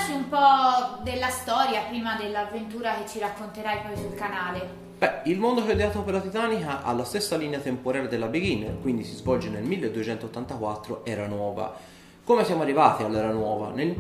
raccontarci un po' della storia prima dell'avventura che ci racconterai poi sul canale. Beh, il mondo che è ideato per la Titanica ha la stessa linea temporale della Beginner, quindi si svolge nel 1284 Era Nuova. Come siamo arrivati all'Era Nuova? Nel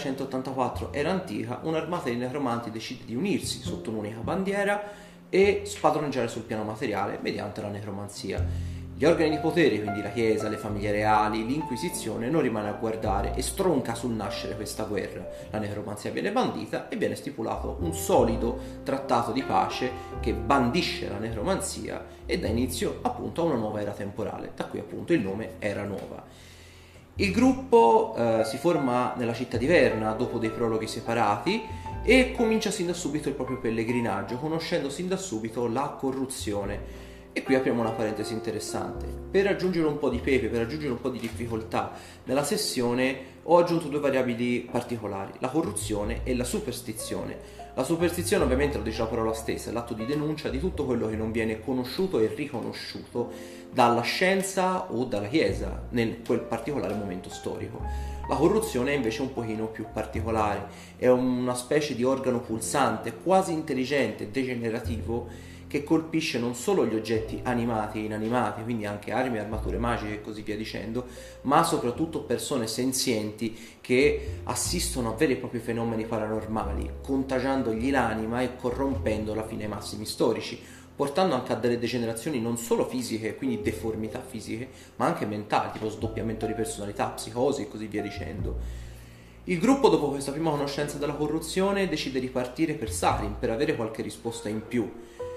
3184 Era Antica, un'armata di necromanti decide di unirsi sotto un'unica bandiera e spadroneggiare sul piano materiale mediante la necromanzia. Gli organi di potere, quindi la Chiesa, le famiglie reali, l'Inquisizione, non rimane a guardare e stronca sul nascere questa guerra. La necromanzia viene bandita e viene stipulato un solido trattato di pace che bandisce la necromanzia e dà inizio appunto a una nuova era temporale, da cui appunto il nome Era Nuova. Il gruppo si forma nella città di Verna dopo dei prologhi separati e comincia sin da subito il proprio pellegrinaggio, conoscendo sin da subito la corruzione. E qui apriamo una parentesi interessante. Per aggiungere un po' di pepe, per aggiungere un po' di difficoltà, nella sessione ho aggiunto due variabili particolari, la corruzione e la superstizione. La superstizione ovviamente lo dice la parola stessa, è l'atto di denuncia di tutto quello che non viene conosciuto e riconosciuto dalla scienza o dalla Chiesa nel quel particolare momento storico. La corruzione è invece un pochino più particolare, è una specie di organo pulsante, quasi intelligente, degenerativo, che colpisce non solo gli oggetti animati e inanimati, quindi anche armi, armature magiche e così via dicendo, ma soprattutto persone senzienti che assistono a veri e propri fenomeni paranormali, contagiandogli l'anima e corrompendola fino ai massimi storici, portando anche a delle degenerazioni non solo fisiche, quindi deformità fisiche, ma anche mentali, tipo sdoppiamento di personalità, psicosi e così via dicendo. Il gruppo, dopo questa prima conoscenza della corruzione, decide di partire per Sarim per avere qualche risposta in più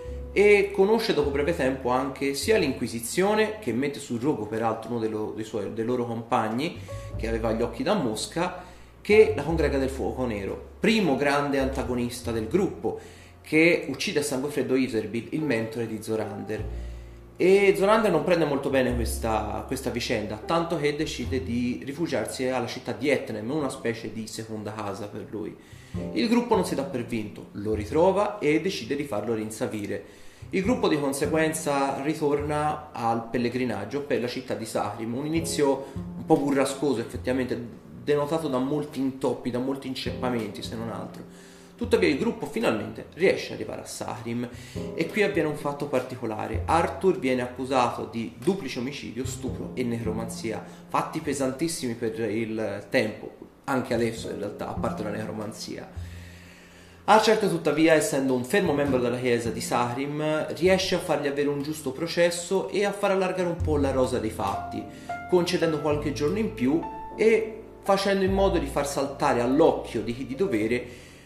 e conosce dopo breve tempo anche sia l'Inquisizione, che mette sul rogo peraltro uno dei loro compagni che aveva gli occhi da mosca, che la Congrega del Fuoco Nero, primo grande antagonista del gruppo, che uccide a sangue freddo Iserbil, il mentore di Zorander. E Zorander non prende molto bene questa vicenda, tanto che decide di rifugiarsi alla città di Etnem, una specie di seconda casa per lui. Il gruppo non si dà per vinto, lo ritrova e decide di farlo rinsavire. Il gruppo di conseguenza ritorna al pellegrinaggio per la città di Sarim, un inizio un po' burrascoso effettivamente, denotato da molti intoppi, da molti inceppamenti se non altro. Tuttavia il gruppo finalmente riesce ad arrivare a Sarim e qui avviene un fatto particolare. Arthur viene accusato di duplice omicidio, stupro e necromanzia, fatti pesantissimi per il tempo, anche adesso in realtà, a parte la necromanzia. Archer tuttavia, essendo un fermo membro della Chiesa di Sarim, riesce a fargli avere un giusto processo e a far allargare un po' la rosa dei fatti, concedendo qualche giorno in più e facendo in modo di far saltare all'occhio di chi di dovere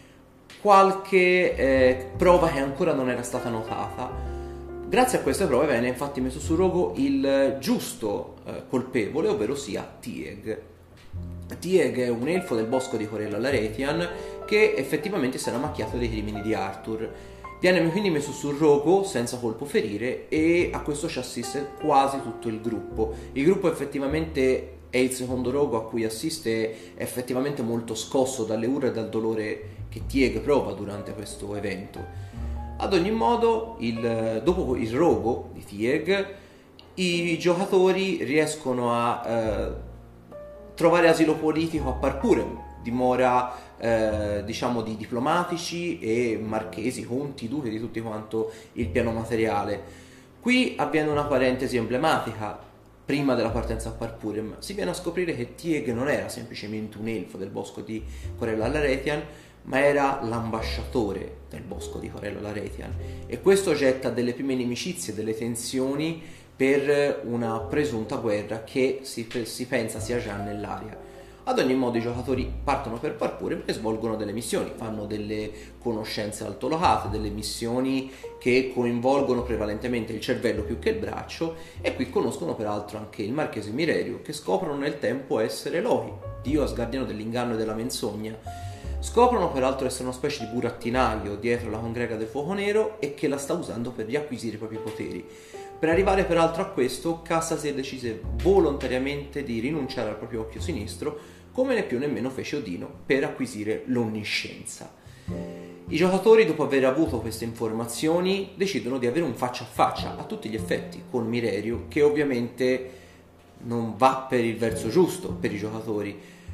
qualche prova che ancora non era stata notata. Grazie a queste prove viene infatti messo sul rogo il giusto colpevole, ovvero sia Tieg. Tieg è un elfo del bosco di Corella Laretian che effettivamente si era macchiato dei crimini di Arthur. Viene quindi messo sul rogo senza colpo ferire e a questo ci assiste quasi tutto il gruppo. Il gruppo effettivamente è il secondo rogo a cui assiste, è effettivamente molto scosso dalle urla e dal dolore che Tieg prova durante questo evento. Ad ogni modo, dopo il rogo di Tieg, i giocatori riescono a trovare asilo politico a Parpurem, dimora diciamo di diplomatici e marchesi, conti, duchi di tutti quanto il piano materiale. Qui avviene una parentesi emblematica. Prima della partenza a Parpurem si viene a scoprire che Tieg non era semplicemente un elfo del bosco di Corella Laretian, ma era l'ambasciatore del bosco di Corella Laretian, e questo getta delle prime inimicizie, delle tensioni per una presunta guerra che si pensa sia già nell'aria. Ad ogni modo i giocatori partono per Parpurem e svolgono delle missioni, fanno delle conoscenze altolocate, delle missioni che coinvolgono prevalentemente il cervello più che il braccio, e qui conoscono peraltro anche il marchese Mirerio, che scoprono nel tempo essere Loki, dio asgardiano dell'inganno e della menzogna. Scoprono peraltro essere una specie di burattinaio dietro la Congrega del Fuoco Nero e che la sta usando per riacquisire i propri poteri. Per arrivare peraltro a questo, Cassa si è decise volontariamente di rinunciare al proprio occhio sinistro, come né più nemmeno fece Odino, per acquisire l'onniscienza. I giocatori, dopo aver avuto queste informazioni, decidono di avere un faccia a faccia a tutti gli effetti con Mirerio, che ovviamente non va per il verso giusto per i giocatori.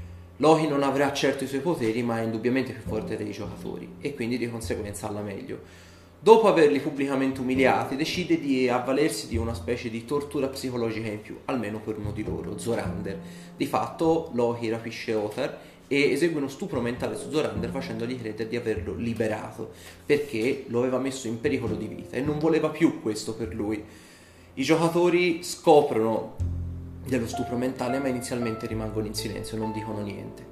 Loki non avrà certo i suoi poteri, ma è indubbiamente più forte dei giocatori e quindi di conseguenza alla meglio. Dopo averli pubblicamente umiliati, decide di avvalersi di una specie di tortura psicologica in più, almeno per uno di loro, Zorander. Di fatto Loki rapisce Othar e esegue uno stupro mentale su Zorander facendogli credere di averlo liberato, perché lo aveva messo in pericolo di vita e non voleva più questo per lui. I giocatori scoprono dello stupro mentale, ma inizialmente rimangono in silenzio, non dicono niente.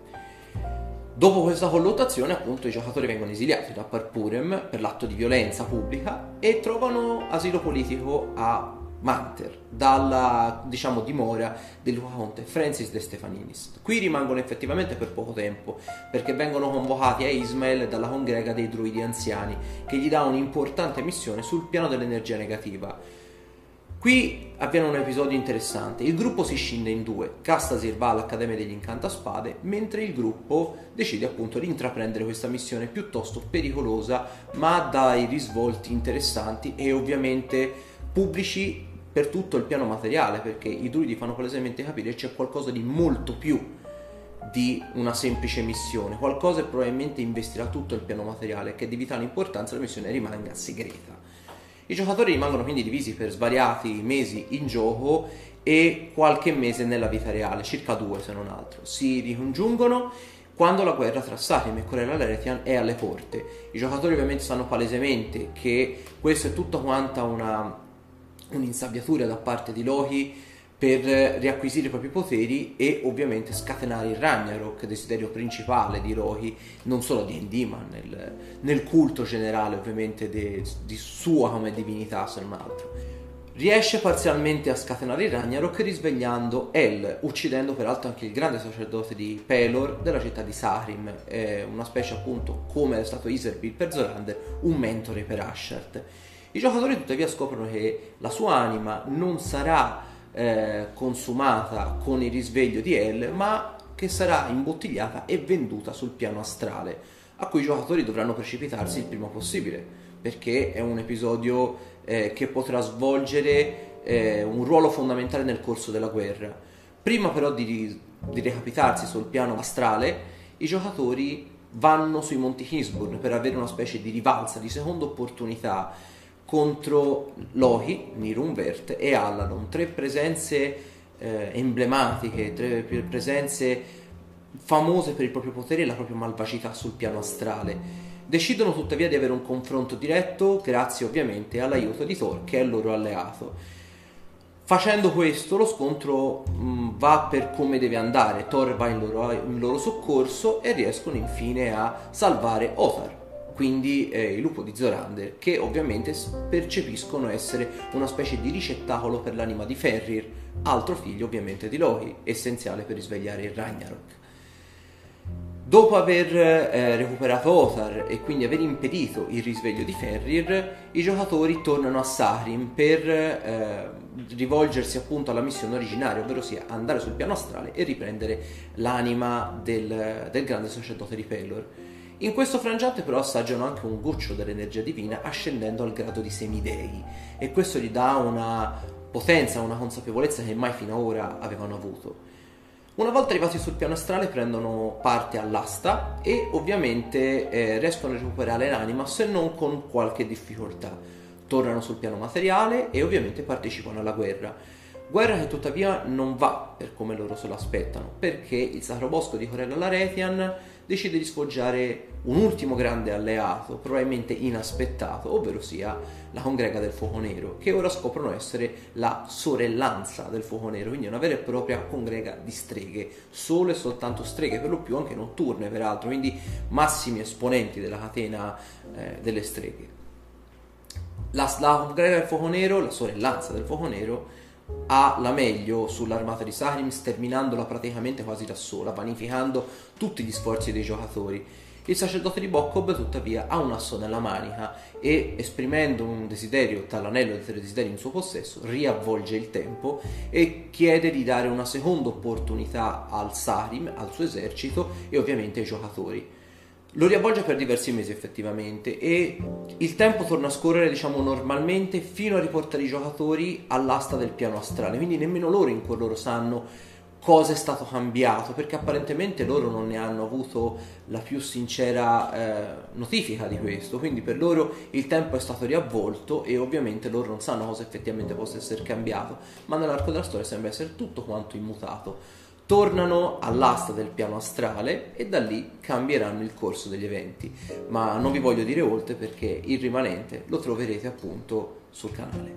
Dopo questa colluttazione, appunto, i giocatori vengono esiliati da Purpurem per l'atto di violenza pubblica e trovano asilo politico a Manter, dalla, diciamo, dimora del Lucaconte Francis de Stefaninis. Qui rimangono effettivamente per poco tempo, perché vengono convocati a Ismael dalla congrega dei druidi anziani, che gli dà un'importante missione sul piano dell'energia negativa. Qui avviene un episodio interessante. Il gruppo si scinde in due. Castasir va all'Accademia degli Incantaspade, mentre il gruppo decide appunto di intraprendere questa missione piuttosto pericolosa, ma dai risvolti interessanti e ovviamente pubblici per tutto il piano materiale, perché i druidi fanno palesemente capire che c'è qualcosa di molto più di una semplice missione, qualcosa che probabilmente investirà tutto il piano materiale, che è di vitale importanza la missione rimanga segreta. I giocatori rimangono quindi divisi per svariati mesi in gioco e qualche mese nella vita reale, circa 2 se non altro. Si ricongiungono quando la guerra tra Sarim e Corella Leretian è alle porte. I giocatori ovviamente sanno palesemente che questo è tutta quanta un'insabbiatura da parte di Loki per riacquisire i propri poteri e ovviamente scatenare il Ragnarok, desiderio principale di Loki, non solo di D&D ma nel culto generale ovviamente di sua come divinità se non altro. Riesce parzialmente a scatenare il Ragnarok risvegliando El, uccidendo peraltro anche il grande sacerdote di Pelor della città di Sarim, una specie appunto come è stato Iserbil per Zorander, un mentore per Ashart. I giocatori tuttavia scoprono che la sua anima non sarà consumata con il risveglio di El, ma che sarà imbottigliata e venduta sul piano astrale, a cui i giocatori dovranno precipitarsi il prima possibile, perché è un episodio che potrà svolgere un ruolo fondamentale nel corso della guerra. Prima però di recapitarsi sul piano astrale, i giocatori vanno sui Monti Kingsburn per avere una specie di rivalsa, di seconda opportunità contro Loki, Nirunvert e Alladon, 3 presenze emblematiche, 3 presenze famose per il proprio potere e la propria malvagità sul piano astrale. Decidono tuttavia di avere un confronto diretto grazie ovviamente all'aiuto di Thor, che è il loro alleato. Facendo questo lo scontro va per come deve andare. Thor va in loro soccorso e riescono infine a salvare Othar, quindi il lupo di Zorander, che ovviamente percepiscono essere una specie di ricettacolo per l'anima di Fenrir, altro figlio ovviamente di Loki, essenziale per risvegliare il Ragnarok. Dopo aver recuperato Othar e quindi aver impedito il risveglio di Fenrir, i giocatori tornano a Sarim per rivolgersi appunto alla missione originaria, ovvero sia andare sul piano astrale e riprendere l'anima del grande sacerdote di Pelor. In questo frangente però assaggiano anche un goccio dell'energia divina ascendendo al grado di semidei, e questo gli dà una potenza, una consapevolezza che mai fino ad ora avevano avuto. Una volta arrivati sul piano astrale prendono parte all'asta e ovviamente riescono a recuperare l'anima, se non con qualche difficoltà. Tornano sul piano materiale e ovviamente partecipano alla guerra. Guerra che tuttavia non va per come loro se lo aspettano, perché il Sacro Bosco di Corella Leretian decide di sfoggiare un ultimo grande alleato, probabilmente inaspettato, ovvero sia la Congrega del Fuoco Nero, che ora scoprono essere la sorellanza del Fuoco Nero, quindi una vera e propria congrega di streghe, solo e soltanto streghe, per lo più anche notturne peraltro, quindi massimi esponenti della catena delle streghe. La Congrega del Fuoco Nero, la sorellanza del Fuoco Nero, ha la meglio sull'armata di Sarim, sterminandola praticamente quasi da sola, vanificando tutti gli sforzi dei giocatori. Il sacerdote di Bokob tuttavia ha un asso nella manica e, esprimendo un desiderio tra l'anello dei 3 desideri in suo possesso, riavvolge il tempo e chiede di dare una seconda opportunità al Sarim, al suo esercito e ovviamente ai giocatori. Lo riavvolge per diversi mesi effettivamente e il tempo torna a scorrere, diciamo, normalmente fino a riportare i giocatori all'asta del piano astrale, quindi nemmeno loro in cuor loro sanno cosa è stato cambiato, perché apparentemente loro non ne hanno avuto la più sincera notifica di questo, quindi per loro il tempo è stato riavvolto e ovviamente loro non sanno cosa effettivamente possa essere cambiato, ma nell'arco della storia sembra essere tutto quanto immutato. Tornano all'asta del piano astrale e da lì cambieranno il corso degli eventi, ma non vi voglio dire oltre perché il rimanente lo troverete appunto sul canale.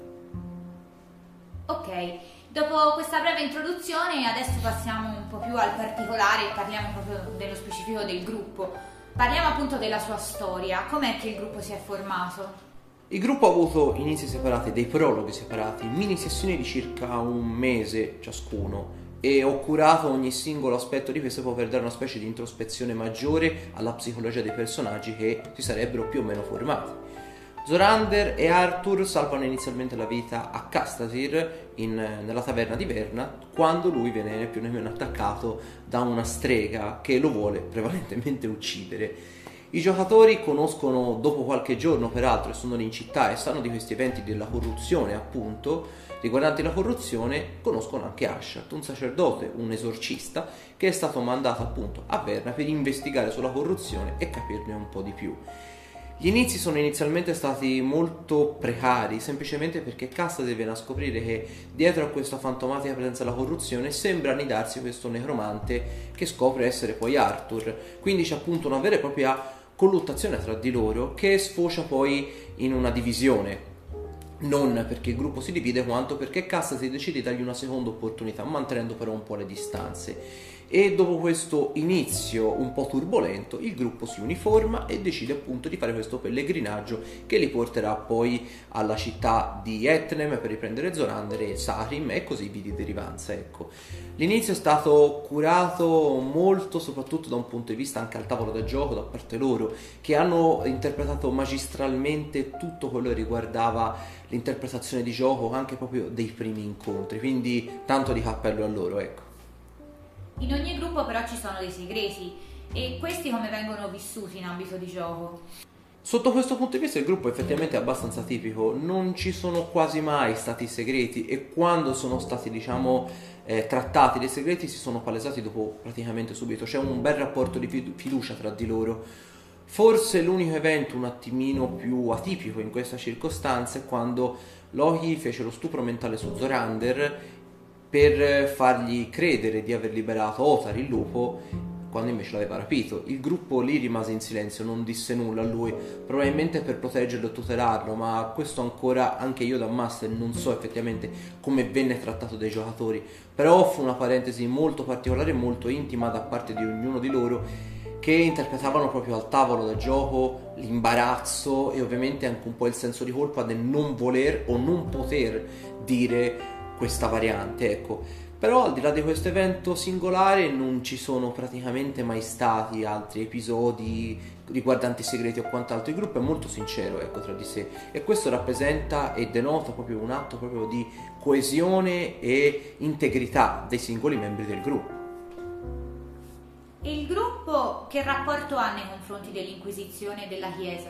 Ok, dopo questa breve introduzione adesso passiamo un po' più al particolare e parliamo proprio dello specifico del gruppo. Parliamo appunto della sua storia, com'è che il gruppo si è formato? Il gruppo ha avuto inizi separati, dei prologhi separati, mini sessioni di circa un mese ciascuno e ho curato ogni singolo aspetto di questo proprio per dare una specie di introspezione maggiore alla psicologia dei personaggi che si sarebbero più o meno formati. Zorander e Arthur salvano inizialmente la vita a Castasir nella taverna di Verna quando lui viene più o meno attaccato da una strega che lo vuole prevalentemente uccidere. I giocatori conoscono dopo qualche giorno peraltro e sono lì in città e sanno di questi eventi della corruzione appunto riguardanti la corruzione, conoscono anche Ashat, un sacerdote, un esorcista che è stato mandato appunto a Verna per investigare sulla corruzione e capirne un po' di più. Gli inizi sono inizialmente stati molto precari, semplicemente perché Castasir viene a scoprire che dietro a questa fantomatica presenza della corruzione sembra annidarsi questo necromante che scopre essere poi Arthur. Quindi c'è appunto una vera e propria colluttazione tra di loro che sfocia poi in una divisione. Non perché il gruppo si divide, quanto perché Castasir decide di dargli una seconda opportunità, mantenendo però un po' le distanze. E dopo questo inizio un po' turbolento, il gruppo si uniforma e decide appunto di fare questo pellegrinaggio che li porterà poi alla città di Etnem per riprendere Zorander e Sarim e così via di derivanza, ecco. L'inizio è stato curato molto, soprattutto da un punto di vista anche al tavolo da gioco da parte loro, che hanno interpretato magistralmente tutto quello che riguardava l'interpretazione di gioco anche proprio dei primi incontri, quindi tanto di cappello a loro, ecco. In ogni gruppo però ci sono dei segreti e questi come vengono vissuti in ambito di gioco? Sotto questo punto di vista il gruppo effettivamente è abbastanza tipico, non ci sono quasi mai stati segreti e quando sono stati trattati dei segreti si sono palesati dopo praticamente subito, c'è un bel rapporto di fiducia tra di loro. Forse l'unico evento un attimino più atipico in questa circostanza è quando Loki fece lo stupro mentale su Zorander per fargli credere di aver liberato Othar il lupo quando invece l'aveva rapito. Il gruppo lì rimase in silenzio, non disse nulla a lui, probabilmente per proteggerlo e tutelarlo, ma questo ancora anche io da master non so effettivamente come venne trattato dai giocatori, però fu una parentesi molto particolare e molto intima da parte di ognuno di loro che interpretavano proprio al tavolo da gioco l'imbarazzo e ovviamente anche un po' il senso di colpa del non voler o non poter dire questa variante, ecco. Però al di là di questo evento singolare non ci sono praticamente mai stati altri episodi riguardanti segreti o quant'altro. Il gruppo è molto sincero, ecco, tra di sé, e questo rappresenta e denota proprio un atto proprio di coesione e integrità dei singoli membri del gruppo. E il gruppo che rapporto ha nei confronti dell'Inquisizione e della Chiesa?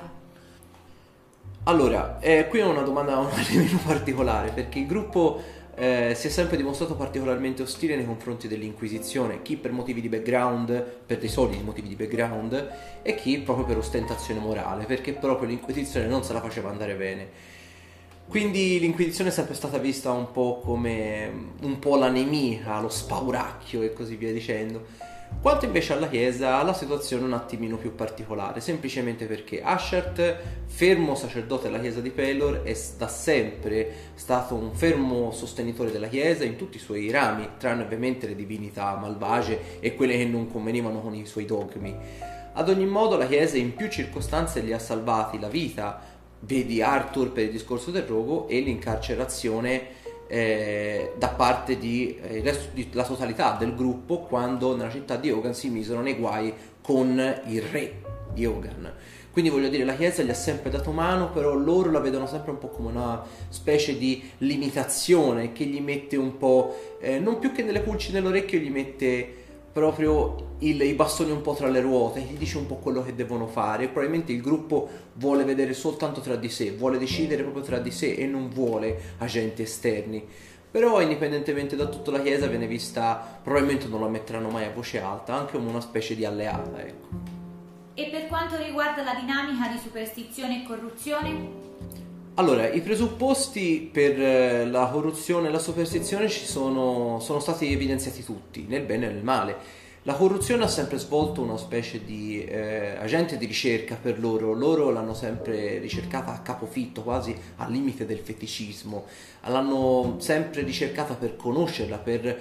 Allora, qui è una domanda un po' particolare, perché il gruppo si è sempre dimostrato particolarmente ostile nei confronti dell'Inquisizione, chi per motivi di background, per dei solidi motivi di background, e chi proprio per ostentazione morale, perché proprio l'Inquisizione non se la faceva andare bene. Quindi l'Inquisizione è sempre stata vista un po' come un po' la nemica, lo spauracchio e così via dicendo. Quanto invece alla Chiesa, la situazione è un attimino più particolare, semplicemente perché Ashert, fermo sacerdote della Chiesa di Pelor, è da sempre stato un fermo sostenitore della Chiesa in tutti i suoi rami, tranne ovviamente le divinità malvagie e quelle che non convenivano con i suoi dogmi. Ad ogni modo la Chiesa in più circostanze gli ha salvati la vita, vedi Arthur per il discorso del rogo e l'incarcerazione da parte della totalità del gruppo quando nella città di Hogan si misero nei guai con il re di Hogan. Quindi voglio dire, la Chiesa gli ha sempre dato mano, però loro la vedono sempre un po' come una specie di limitazione che gli mette un po', non più che nelle pulci nell'orecchio, gli mette proprio i bastoni un po' tra le ruote, gli dice un po' quello che devono fare. Probabilmente il gruppo vuole vedere soltanto tra di sé, vuole decidere proprio tra di sé e non vuole agenti esterni. però indipendentemente da tutto la Chiesa viene vista, probabilmente non la metteranno mai a voce alta, anche come una specie di alleata, ecco. E per quanto riguarda la dinamica di superstizione e corruzione? Allora, i presupposti per la corruzione e la superstizione sono stati evidenziati tutti, nel bene e nel male. La corruzione ha sempre svolto una specie di agente di ricerca per loro l'hanno sempre ricercata a capofitto, quasi al limite del feticismo, l'hanno sempre ricercata per conoscerla,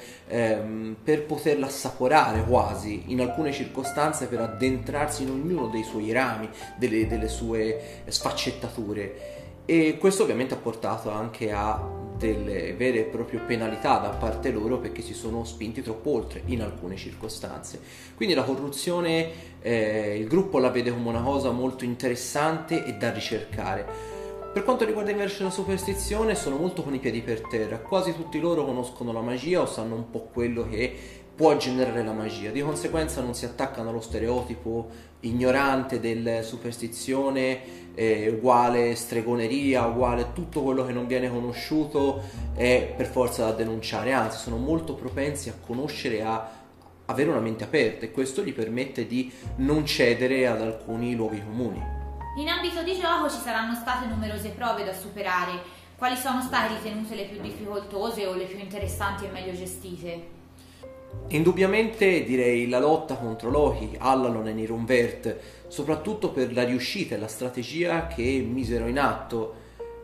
per poterla assaporare quasi, in alcune circostanze per addentrarsi in ognuno dei suoi rami, delle sue sfaccettature. E questo ovviamente ha portato anche a delle vere e proprie penalità da parte loro, perché si sono spinti troppo oltre in alcune circostanze. Quindi la corruzione, il gruppo la vede come una cosa molto interessante e da ricercare. Per quanto riguarda invece la superstizione, sono molto con i piedi per terra, quasi tutti loro conoscono la magia o sanno un po' quello che può generare la magia, di conseguenza non si attaccano allo stereotipo ignorante del superstizione uguale stregoneria, uguale tutto quello che non viene conosciuto è per forza da denunciare, anzi sono molto propensi a conoscere e a avere una mente aperta, e questo gli permette di non cedere ad alcuni luoghi comuni. In ambito di gioco ci saranno state numerose prove da superare. Quali sono state ritenute le più difficoltose o le più interessanti e meglio gestite? Indubbiamente direi la lotta contro Loki, Allalon e Nirunvert, soprattutto per la riuscita e la strategia che misero in atto,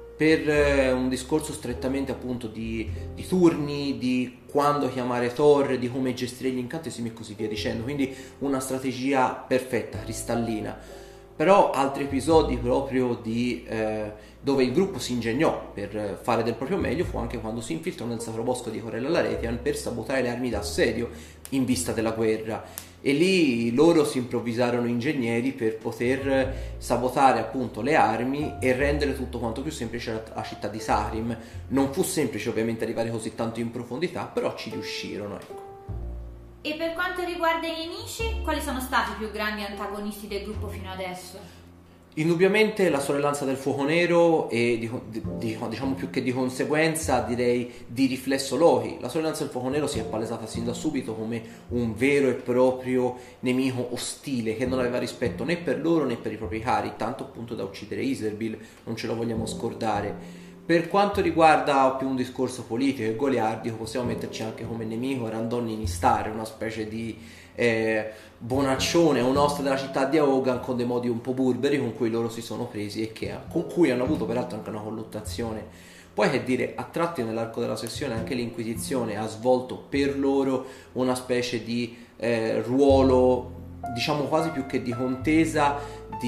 per un discorso strettamente appunto di turni, di quando chiamare Thor, di come gestire gli incantesimi e così via dicendo, quindi una strategia perfetta, cristallina. Però altri episodi proprio dove il gruppo si ingegnò per fare del proprio meglio fu anche quando si infiltrò nel Sacro Bosco di Corella Laretian per sabotare le armi d'assedio in vista della guerra, e lì loro si improvvisarono ingegneri per poter sabotare appunto le armi e rendere tutto quanto più semplice la città di Sarim. Non fu semplice ovviamente arrivare così tanto in profondità, però ci riuscirono, ecco. E per quanto riguarda i nemici, quali sono stati i più grandi antagonisti del gruppo fino adesso? Indubbiamente la sorellanza del fuoco nero e diciamo più che di conseguenza direi di riflesso Loki. La sorellanza del fuoco nero si è palesata sin da subito come un vero e proprio nemico ostile che non aveva rispetto né per loro né per i propri cari, tanto appunto da uccidere Iserbil, non ce lo vogliamo scordare. Per quanto riguarda più un discorso politico e goliardico, possiamo metterci anche come nemico Randon Nistar, una specie di bonaccione, un host della città di Aogan con dei modi un po' burberi con cui loro si sono presi e con cui hanno avuto peraltro anche una colluttazione. Poi che dire, a tratti nell'arco della sessione anche l'Inquisizione ha svolto per loro una specie di ruolo, diciamo quasi più che di contesa,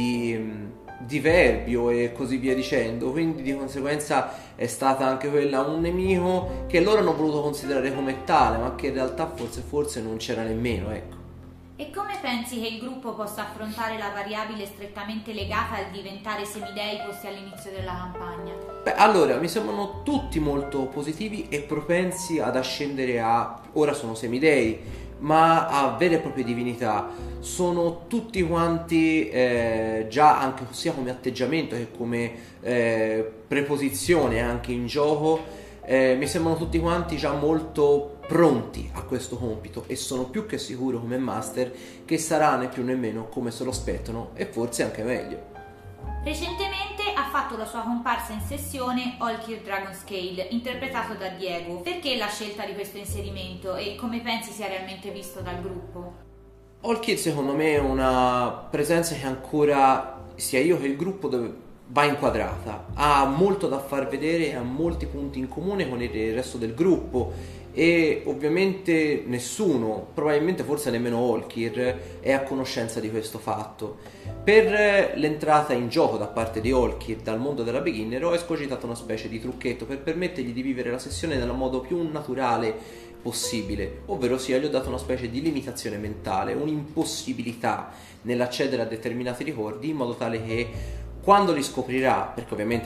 di Verbio e così via dicendo, quindi di conseguenza è stata anche quella un nemico che loro hanno voluto considerare come tale, ma che in realtà forse non c'era nemmeno, ecco. E come pensi che il gruppo possa affrontare la variabile strettamente legata al diventare semidei posti all'inizio della campagna? Beh, allora, mi sembrano tutti molto positivi e propensi ad ascendere ora sono semidei, ma a vere e proprie divinità. Sono tutti quanti già anche sia come atteggiamento che come preposizione anche in gioco, mi sembrano tutti quanti già molto pronti a questo compito, e sono più che sicuro come master che sarà né più né meno come se lo aspettano, e forse anche meglio. Recentemente ha fatto la sua comparsa in sessione Olkir Dragonscale, interpretato da Diego. Perché la scelta di questo inserimento e come pensi sia realmente visto dal gruppo? Olkir secondo me è una presenza che ancora sia io che il gruppo va inquadrata, ha molto da far vedere, ha molti punti in comune con il resto del gruppo, e ovviamente nessuno, probabilmente forse nemmeno Olkir, è a conoscenza di questo fatto. Per l'entrata in gioco da parte di Olkir dal mondo della beginner ho escogitato una specie di trucchetto per permettergli di vivere la sessione nel modo più naturale possibile, ovvero sia gli ho dato una specie di limitazione mentale, un'impossibilità nell'accedere a determinati ricordi, in modo tale che quando li scoprirà, perché ovviamente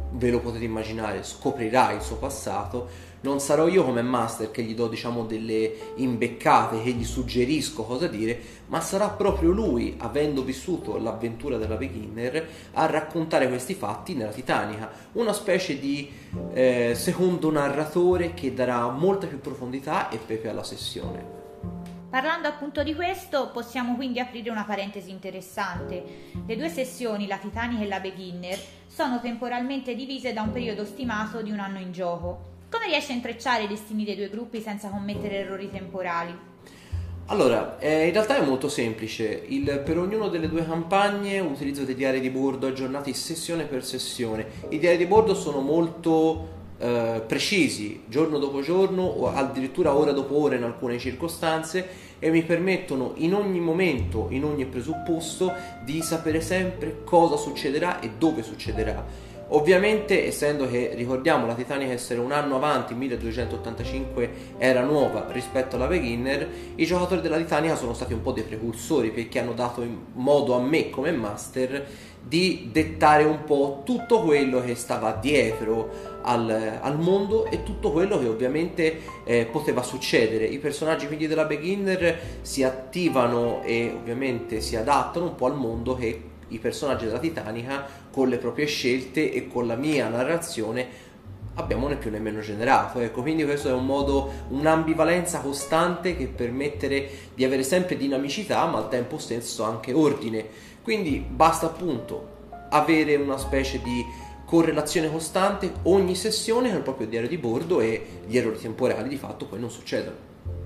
ve lo potete immaginare, scoprirà il suo passato. Non sarò io come master che gli do, diciamo, delle imbeccate, che gli suggerisco cosa dire, ma sarà proprio lui, avendo vissuto l'avventura della beginner, a raccontare questi fatti nella Titanica, una specie di secondo narratore che darà molta più profondità e pepe alla sessione. Parlando appunto di questo, possiamo quindi aprire una parentesi interessante. Le due sessioni, la Titanic e la Beginner, sono temporalmente divise da un periodo stimato di un anno in gioco. Come riesce a intrecciare i destini dei due gruppi senza commettere errori temporali? Allora, in realtà è molto semplice. Per ognuno delle due campagne utilizzo dei diari di bordo aggiornati sessione per sessione. I diari di bordo sono molto precisi, giorno dopo giorno o addirittura ora dopo ora in alcune circostanze, e mi permettono in ogni momento, in ogni presupposto, di sapere sempre cosa succederà e dove succederà. Ovviamente, essendo che, ricordiamo, la Titanic essere un anno avanti, 1285 era nuova rispetto alla Beginner, i giocatori della Titanic sono stati un po' dei precursori, perché hanno dato modo a me come master di dettare un po' tutto quello che stava dietro al mondo e tutto quello che ovviamente poteva succedere. I personaggi quindi della Beginner si attivano e ovviamente si adattano un po' al mondo che i personaggi della Titanica, con le proprie scelte e con la mia narrazione, abbiamo né più né meno generato. Ecco, quindi questo è un modo, un'ambivalenza costante che permette di avere sempre dinamicità ma al tempo stesso anche ordine. Quindi basta appunto avere una specie di correlazione costante ogni sessione con il proprio diario di bordo, e gli errori temporali di fatto poi non succedono.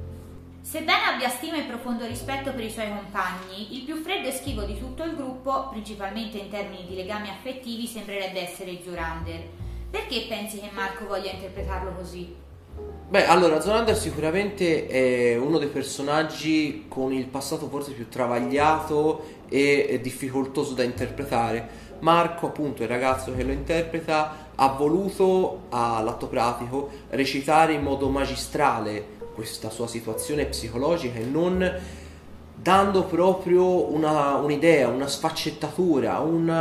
Sebbene abbia stima e profondo rispetto per i suoi compagni, il più freddo e schivo di tutto il gruppo, principalmente in termini di legami affettivi, sembrerebbe essere Zorander. Perché pensi che Marco voglia interpretarlo così? Beh, allora, Zorander sicuramente è uno dei personaggi con il passato forse più travagliato e difficoltoso da interpretare. Marco, appunto, il ragazzo che lo interpreta, ha voluto all'atto pratico recitare in modo magistrale questa sua situazione psicologica e non dando proprio un'idea, una sfaccettatura,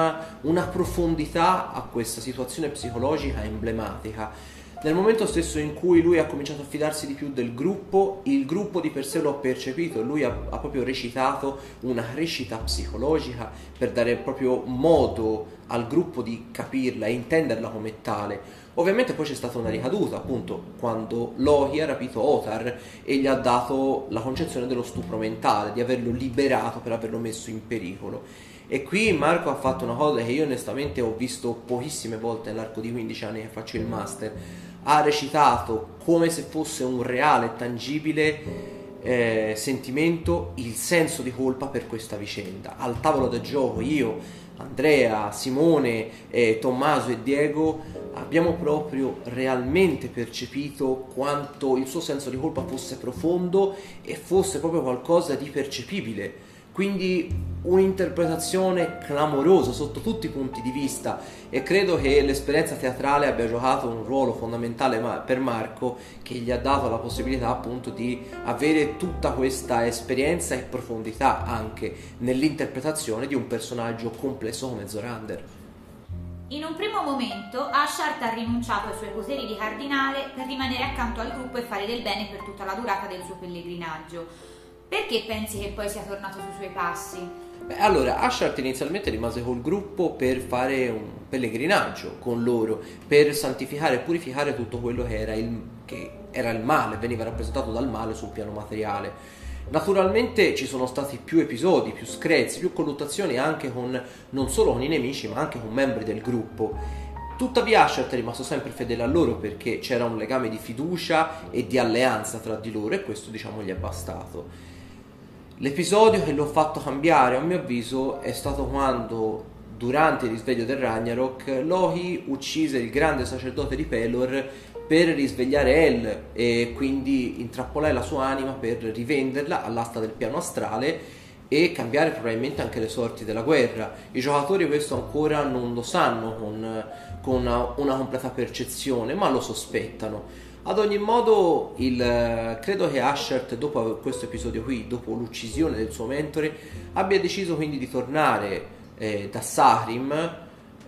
una profondità a questa situazione psicologica emblematica. Nel momento stesso in cui lui ha cominciato a fidarsi di più del gruppo, il gruppo di per sé lo ha percepito e lui ha proprio recitato una crescita psicologica per dare proprio modo al gruppo di capirla e intenderla come tale. Ovviamente poi c'è stata una ricaduta, appunto, quando Loki ha rapito Otar e gli ha dato la concezione dello stupro mentale, di averlo liberato per averlo messo in pericolo. E qui Marco ha fatto una cosa che io onestamente ho visto pochissime volte nell'arco di 15 anni che faccio il master. Ha recitato come se fosse un reale, tangibile sentimento, il senso di colpa per questa vicenda. Al tavolo del gioco io, Andrea, Simone, Tommaso e Diego abbiamo proprio realmente percepito quanto il suo senso di colpa fosse profondo e fosse proprio qualcosa di percepibile. Quindi un'interpretazione clamorosa sotto tutti i punti di vista, e credo che l'esperienza teatrale abbia giocato un ruolo fondamentale per Marco, che gli ha dato la possibilità appunto di avere tutta questa esperienza e profondità anche nell'interpretazione di un personaggio complesso come Zorander. In un primo momento Ashart ha rinunciato ai suoi poteri di cardinale per rimanere accanto al gruppo e fare del bene per tutta la durata del suo pellegrinaggio. Perché pensi che poi sia tornato sui suoi passi? Beh, allora, Ashart inizialmente rimase col gruppo per fare un pellegrinaggio con loro, per santificare e purificare tutto quello che era il male, veniva rappresentato dal male sul piano materiale. Naturalmente ci sono stati più episodi, più screzi, più colluttazioni anche non solo con i nemici ma anche con membri del gruppo. Tuttavia Ashart è rimasto sempre fedele a loro, perché c'era un legame di fiducia e di alleanza tra di loro, e questo, diciamo, gli è bastato. L'episodio che l'ho fatto cambiare, a mio avviso, è stato quando, durante il risveglio del Ragnarok, Loki uccise il grande sacerdote di Pelor per risvegliare El e quindi intrappolare la sua anima per rivenderla all'asta del piano astrale e cambiare probabilmente anche le sorti della guerra. I giocatori questo ancora non lo sanno con una completa percezione, ma lo sospettano. Ad ogni modo, credo che Ashart, dopo questo episodio qui, dopo l'uccisione del suo mentore, abbia deciso quindi di tornare da Sarim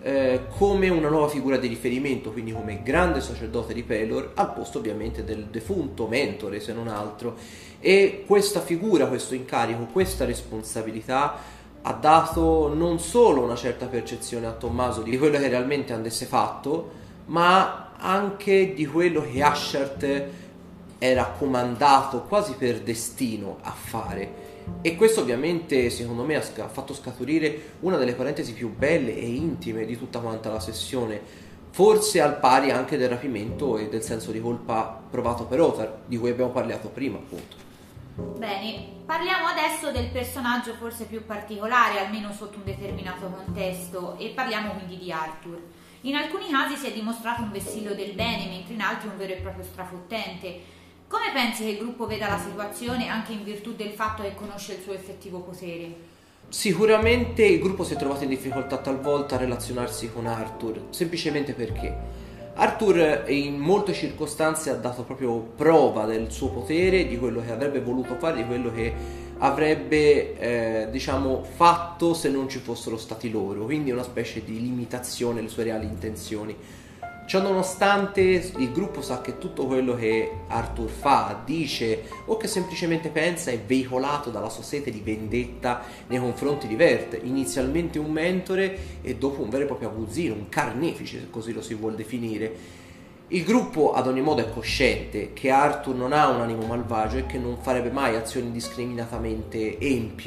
come una nuova figura di riferimento, quindi come grande sacerdote di Pelor, al posto ovviamente del defunto mentore, se non altro. E questa figura, questo incarico, questa responsabilità ha dato non solo una certa percezione a Tommaso di quello che realmente andesse fatto, ma anche di quello che Ashart era comandato quasi per destino a fare. E questo ovviamente secondo me ha fatto scaturire una delle parentesi più belle e intime di tutta quanta la sessione, forse al pari anche del rapimento e del senso di colpa provato per Othar, di cui abbiamo parlato prima, appunto. Bene, parliamo adesso del personaggio forse più particolare, almeno sotto un determinato contesto, e parliamo quindi di Arthur. In alcuni casi si è dimostrato un vessillo del bene, mentre in altri un vero e proprio strafottente. Come pensi che il gruppo veda la situazione, anche in virtù del fatto che conosce il suo effettivo potere? Sicuramente il gruppo si è trovato in difficoltà talvolta a relazionarsi con Arthur, semplicemente perché Arthur in molte circostanze ha dato proprio prova del suo potere, di quello che avrebbe voluto fare, di quello che avrebbe fatto se non ci fossero stati loro, quindi una specie di limitazione alle sue reali intenzioni. Ciò nonostante il gruppo sa che tutto quello che Arthur fa, dice o che semplicemente pensa è veicolato dalla sua sete di vendetta nei confronti di Vert, inizialmente un mentore e dopo un vero e proprio aguzzino, un carnefice se così lo si vuol definire. Il gruppo ad ogni modo è cosciente che Arthur non ha un animo malvagio e che non farebbe mai azioni indiscriminatamente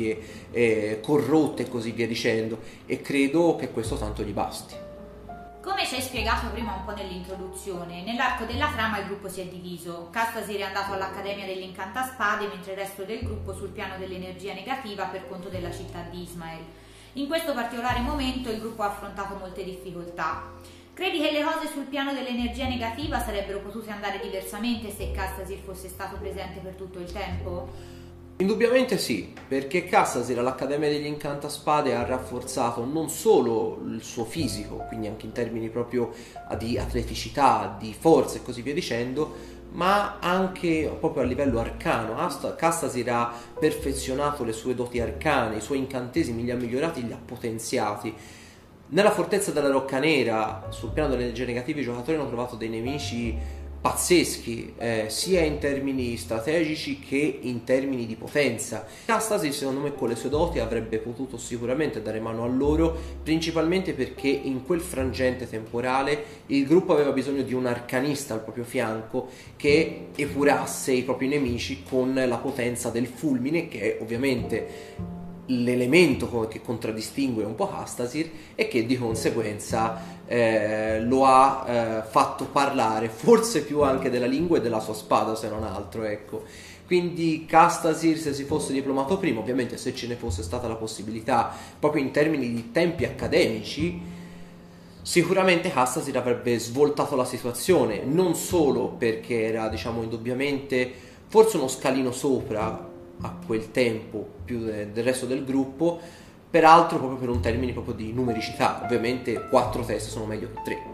empie, corrotte e così via dicendo, e credo che questo tanto gli basti. Come ci hai spiegato prima un po' nell'introduzione, nell'arco della trama il gruppo si è diviso. Castasir è andato all'Accademia dell'Incantaspade, mentre il resto del gruppo sul piano dell'energia negativa per conto della città di Ismael. In questo particolare momento il gruppo ha affrontato molte difficoltà. Credi che le cose sul piano dell'energia negativa sarebbero potute andare diversamente se Castasir fosse stato presente per tutto il tempo? Indubbiamente sì, perché Castasir all'Accademia degli Incantaspade ha rafforzato non solo il suo fisico, quindi anche in termini proprio di atleticità, di forza e così via dicendo, ma anche proprio a livello arcano. Castasir ha perfezionato le sue doti arcane, i suoi incantesimi li ha migliorati, li ha potenziati. Nella fortezza della Rocca Nera, sul piano delle energie negative, i giocatori hanno trovato dei nemici pazzeschi, sia in termini strategici che in termini di potenza. Castasir secondo me con le sue doti avrebbe potuto sicuramente dare mano a loro, principalmente perché in quel frangente temporale il gruppo aveva bisogno di un arcanista al proprio fianco che epurasse i propri nemici con la potenza del fulmine, che è ovviamente l'elemento che contraddistingue un po' Castasir e che di conseguenza lo ha fatto parlare forse più anche della lingua e della sua spada, se non altro, ecco. Quindi Castasir, se si fosse diplomato prima, ovviamente se ce ne fosse stata la possibilità proprio in termini di tempi accademici, sicuramente Castasir avrebbe svoltato la situazione, non solo perché era indubbiamente forse uno scalino sopra a quel tempo più del resto del gruppo, peraltro proprio per un termine proprio di numericità. Ovviamente 4 teste sono meglio che 3.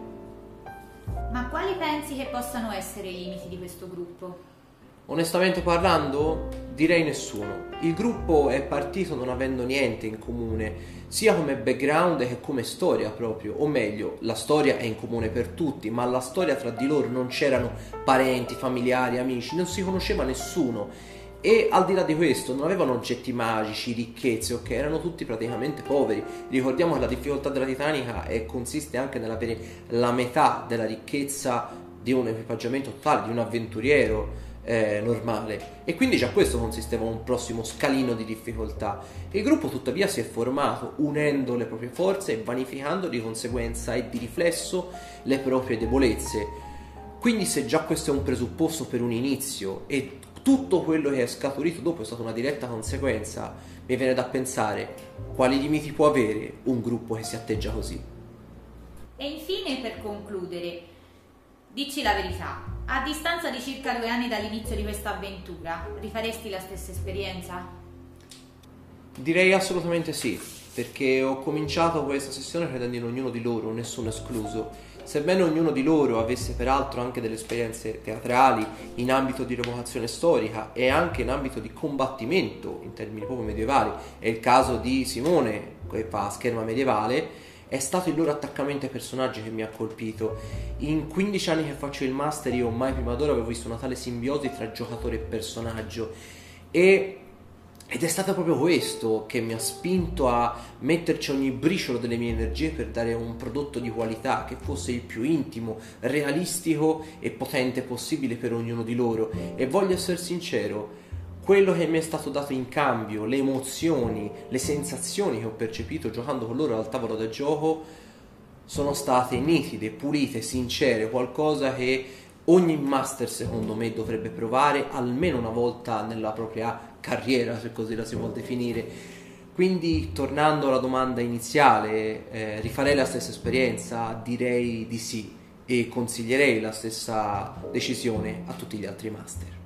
Ma quali pensi che possano essere i limiti di questo gruppo? Onestamente parlando, direi nessuno. Il gruppo è partito non avendo niente in comune, sia come background che come storia proprio, o meglio, la storia è in comune per tutti, ma la storia tra di loro non c'erano parenti, familiari, amici, non si conosceva nessuno. E al di là di questo non avevano oggetti magici, ricchezze, ok? Erano tutti praticamente poveri. Ricordiamo che la difficoltà della Titanica consiste anche nell'avere la metà della ricchezza di un equipaggiamento totale, di un avventuriero normale, e quindi già questo consisteva in un prossimo scalino di difficoltà. Il gruppo tuttavia si è formato unendo le proprie forze e vanificando di conseguenza e di riflesso le proprie debolezze. Quindi se già questo è un presupposto per un inizio e tutto quello che è scaturito dopo è stata una diretta conseguenza, mi viene da pensare quali limiti può avere un gruppo che si atteggia così. E infine, per concludere, dici la verità, a distanza di circa 2 anni dall'inizio di questa avventura, rifaresti la stessa esperienza? Direi assolutamente sì, perché ho cominciato questa sessione credendo in ognuno di loro, nessuno escluso. Sebbene ognuno di loro avesse peraltro anche delle esperienze teatrali in ambito di rievocazione storica e anche in ambito di combattimento in termini proprio medievali, è il caso di Simone che fa scherma medievale, è stato il loro attaccamento ai personaggi che mi ha colpito. In 15 anni che faccio il master io mai prima d'ora avevo visto una tale simbiosi tra giocatore e personaggio, ed è stato proprio questo che mi ha spinto a metterci ogni briciolo delle mie energie per dare un prodotto di qualità che fosse il più intimo, realistico e potente possibile per ognuno di loro. E voglio essere sincero, quello che mi è stato dato in cambio, le emozioni, le sensazioni che ho percepito giocando con loro al tavolo da gioco sono state nitide, pulite, sincere, qualcosa che ogni master secondo me dovrebbe provare almeno una volta nella propria carriera, se così la si può definire. Quindi, tornando alla domanda iniziale, rifarei la stessa esperienza? Direi di sì, e consiglierei la stessa decisione a tutti gli altri master.